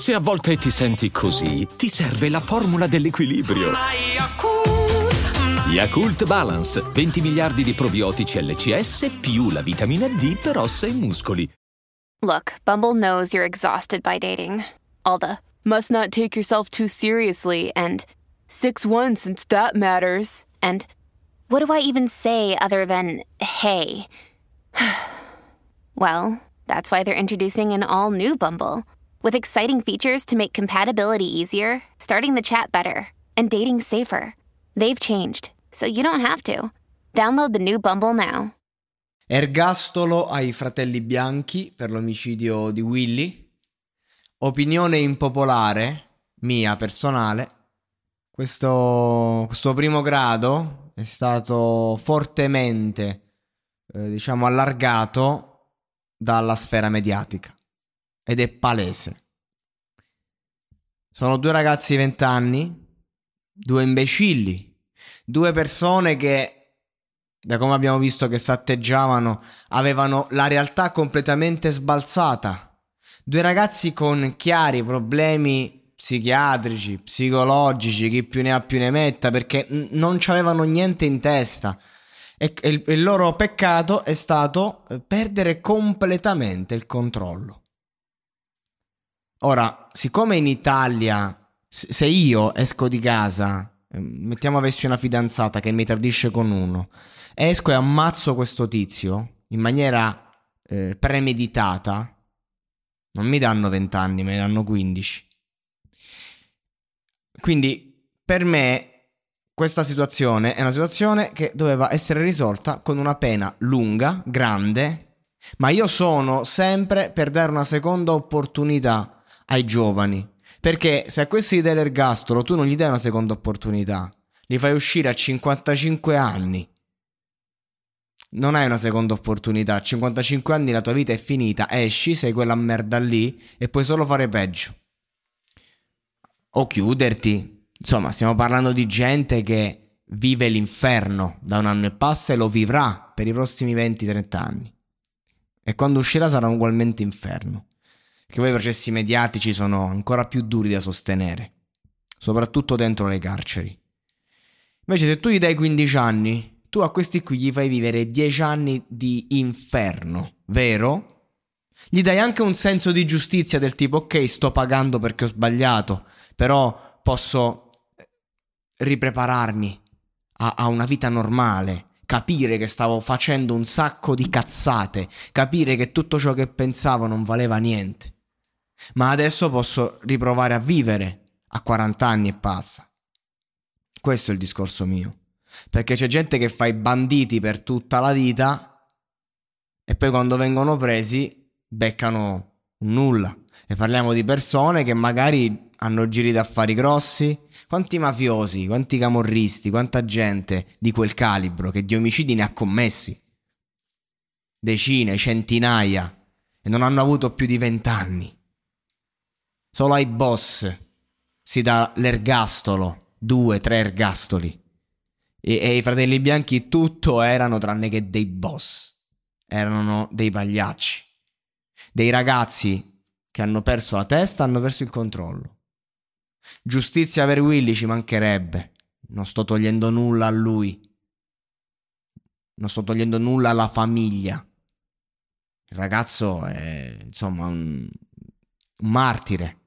Se a volte ti senti così, ti serve la formula dell'equilibrio. Yakult Balance, 20 miliardi di probiotici LCS più la vitamina D per ossa e muscoli. Look, Bumble knows you're exhausted by dating. All the must not take yourself too seriously and 6'1" since that matters. And what do I even say other than hey? Well, that's why they're introducing an all-new Bumble with exciting features to make compatibility easier, starting the chat better, and dating safer. They've changed, so you don't have to. Download the new Bumble now. Ergastolo ai fratelli Bianchi per l'omicidio di Willy. Opinione impopolare, mia personale. Questo primo grado è stato fortemente, allargato dalla sfera mediatica. Ed è palese. Sono due ragazzi di 20 anni, due imbecilli, due persone che, da come abbiamo visto che s'atteggiavano, avevano la realtà completamente sbalzata. Due ragazzi con chiari problemi psichiatrici, psicologici, chi più ne ha più ne metta, perché non c'avevano niente in testa. E il loro peccato è stato perdere completamente il controllo. Ora, siccome in Italia, se io esco di casa, mettiamo avessi una fidanzata che mi tradisce con uno, esco e ammazzo questo tizio in maniera premeditata, non mi danno 20 anni, me ne danno 15. Quindi per me questa situazione è una situazione che doveva essere risolta con una pena lunga, grande, ma io sono sempre per dare una seconda opportunità ai giovani, perché se a questi dell'ergastolo tu non gli dai una seconda opportunità, li fai uscire a 55 anni, non hai una seconda opportunità. A 55 anni la tua vita è finita, esci, sei quella merda lì e puoi solo fare peggio o chiuderti. Insomma, stiamo parlando di gente che vive l'inferno da 1 anno e passa e lo vivrà per i prossimi 20-30 anni, e quando uscirà sarà ugualmente inferno, che poi i processi mediatici sono ancora più duri da sostenere, soprattutto dentro le carceri. Invece se tu gli dai 15 anni, tu a questi qui gli fai vivere 10 anni di inferno, vero? Gli dai anche un senso di giustizia del tipo ok, sto pagando perché ho sbagliato, però posso riprepararmi a una vita normale, capire che stavo facendo un sacco di cazzate, capire che tutto ciò che pensavo non valeva niente, ma adesso posso riprovare a vivere a 40 anni e passa. Questo è il discorso mio, perché c'è gente che fa i banditi per tutta la vita e poi quando vengono presi beccano nulla. E parliamo di persone che magari hanno giri d'affari grossi. Quanti mafiosi, quanti camorristi, quanta gente di quel calibro che di omicidi ne ha commessi? Decine, centinaia, e non hanno avuto più di 20 anni. Solo ai boss si dà l'ergastolo, 2-3 ergastoli. E i fratelli Bianchi tutto erano tranne che dei boss. Erano dei pagliacci. Dei ragazzi che hanno perso la testa, hanno perso il controllo. Giustizia per Willy ci mancherebbe. Non sto togliendo nulla a lui. Non sto togliendo nulla alla famiglia. Il ragazzo è, insomma, un martire.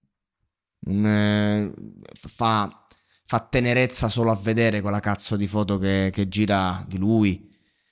Fa tenerezza solo a vedere quella cazzo di foto che gira di lui.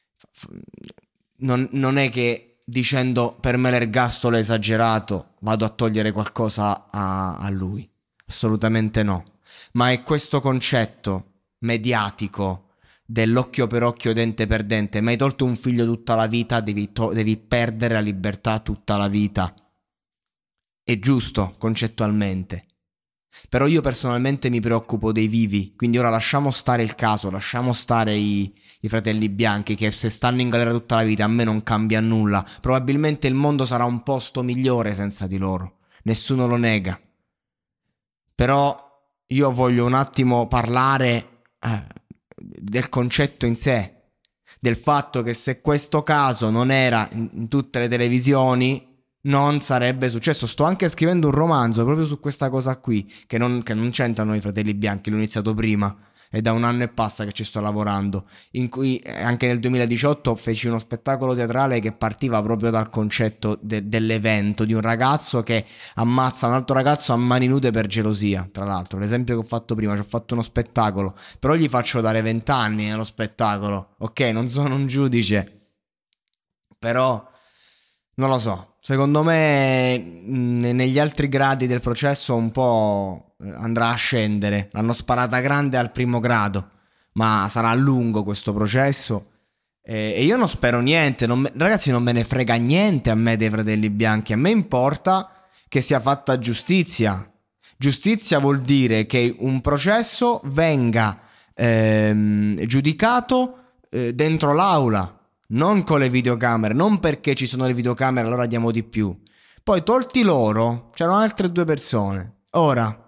Non è che dicendo per me l'ergastolo è esagerato vado a togliere qualcosa a lui. Assolutamente no. Ma è questo concetto mediatico dell'occhio per occhio, dente per dente. Ma hai tolto un figlio tutta la vita, devi perdere la libertà tutta la vita. È giusto concettualmente. Però io personalmente mi preoccupo dei vivi. Quindi ora lasciamo stare il caso, lasciamo stare i fratelli Bianchi, che se stanno in galera tutta la vita a me non cambia nulla. Probabilmente il mondo sarà un posto migliore senza di loro, nessuno lo nega. Però io voglio un attimo parlare del concetto in sé, del fatto che se questo caso non era in tutte le televisioni, non sarebbe successo. Sto anche scrivendo un romanzo proprio su questa cosa qui, che non c'entrano i Fratelli Bianchi, l'ho iniziato prima. È da un anno e passa che ci sto lavorando, in cui anche nel 2018 feci uno spettacolo teatrale che partiva proprio dal concetto dell'evento di un ragazzo che ammazza un altro ragazzo a mani nude per gelosia. Tra l'altro, l'esempio che ho fatto prima, ci ho fatto uno spettacolo, però gli faccio dare 20 anni nello spettacolo, ok? Non sono un giudice, però non lo so, secondo me negli altri gradi del processo un po' andrà a scendere. L'hanno sparata grande al primo grado, ma sarà lungo questo processo e io non spero niente. Ragazzi, non me ne frega niente a me dei Fratelli Bianchi. A me importa che sia fatta giustizia. Giustizia vuol dire che un processo venga giudicato dentro l'aula, non con le videocamere, non perché ci sono le videocamere allora diamo di più. Poi tolti loro, c'erano altre 2 persone. Ora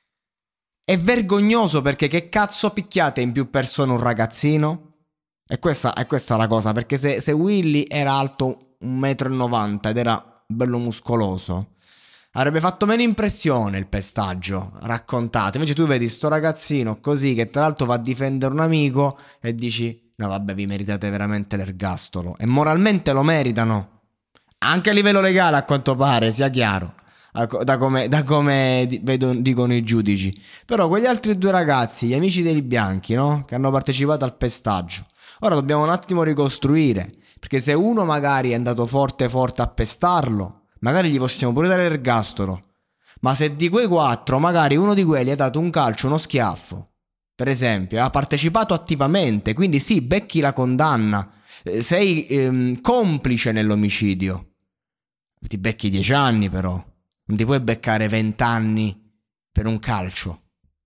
è vergognoso, perché che cazzo picchiate in più persone un ragazzino? E questa è la cosa, perché se Willy era alto 1,90 m ed era bello muscoloso, avrebbe fatto meno impressione il pestaggio raccontato. Invece tu vedi sto ragazzino così, che tra l'altro va a difendere un amico, e dici no vabbè, vi meritate veramente l'ergastolo. E moralmente lo meritano, anche a livello legale, a quanto pare, sia chiaro, da come dicono i giudici. Però quegli altri 2 ragazzi, gli amici dei Bianchi, no? Che hanno partecipato al pestaggio, ora dobbiamo un attimo ricostruire, perché se uno magari è andato forte a pestarlo, magari gli possiamo pure dare l'ergastolo. Ma se di quei 4 magari uno di quelli ha dato un calcio, uno schiaffo, per esempio, ha partecipato attivamente, quindi sì, becchi la condanna, sei complice nell'omicidio, ti becchi 10 anni. Però non ti puoi beccare 20 anni per un calcio,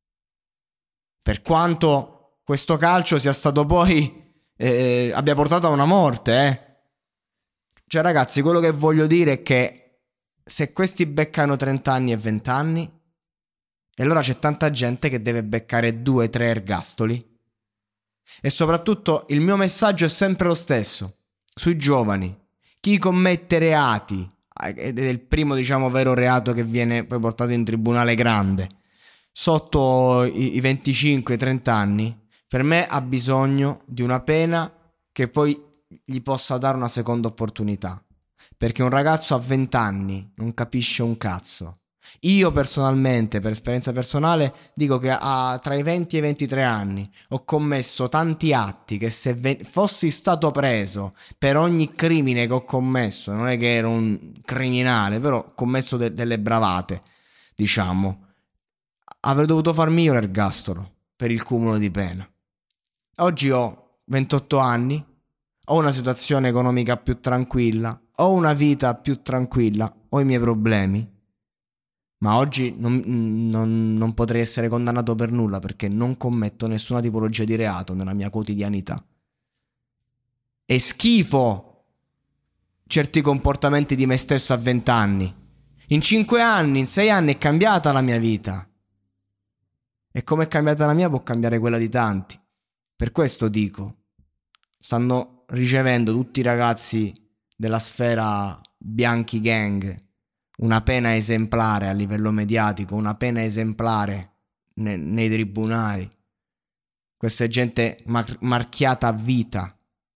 per quanto questo calcio sia stato poi abbia portato a una morte, Cioè ragazzi, quello che voglio dire è che se questi beccano 30 anni e 20 anni, e allora c'è tanta gente che deve beccare 2-3 ergastoli. E soprattutto il mio messaggio è sempre lo stesso sui giovani: chi commette reati, ed è il primo, diciamo, vero reato che viene poi portato in tribunale grande, sotto i 25-30 anni, per me ha bisogno di una pena che poi gli possa dare una seconda opportunità, perché un ragazzo a 20 anni non capisce un cazzo. Io personalmente, per esperienza personale, dico che tra i 20 e i 23 anni ho commesso tanti atti che se fossi stato preso per ogni crimine che ho commesso, non è che ero un criminale, però ho commesso delle bravate, diciamo, avrei dovuto farmi io l'ergastolo per il cumulo di pena. Oggi ho 28 anni, ho una situazione economica più tranquilla, ho una vita più tranquilla, ho i miei problemi. Ma oggi non potrei essere condannato per nulla, perché non commetto nessuna tipologia di reato nella mia quotidianità. E schifo certi comportamenti di me stesso a 20 anni. In 5 anni, in 6 anni è cambiata la mia vita. E come è cambiata la mia può cambiare quella di tanti. Per questo dico, stanno ricevendo tutti i ragazzi della sfera Bianchi Gang una pena esemplare a livello mediatico, una pena esemplare nei tribunali. Questa è gente marchiata a vita.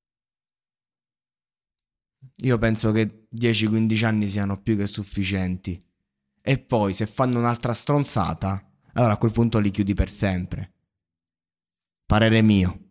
Io penso che 10-15 anni siano più che sufficienti. E poi, se fanno un'altra stronzata, allora a quel punto li chiudi per sempre. Parere mio.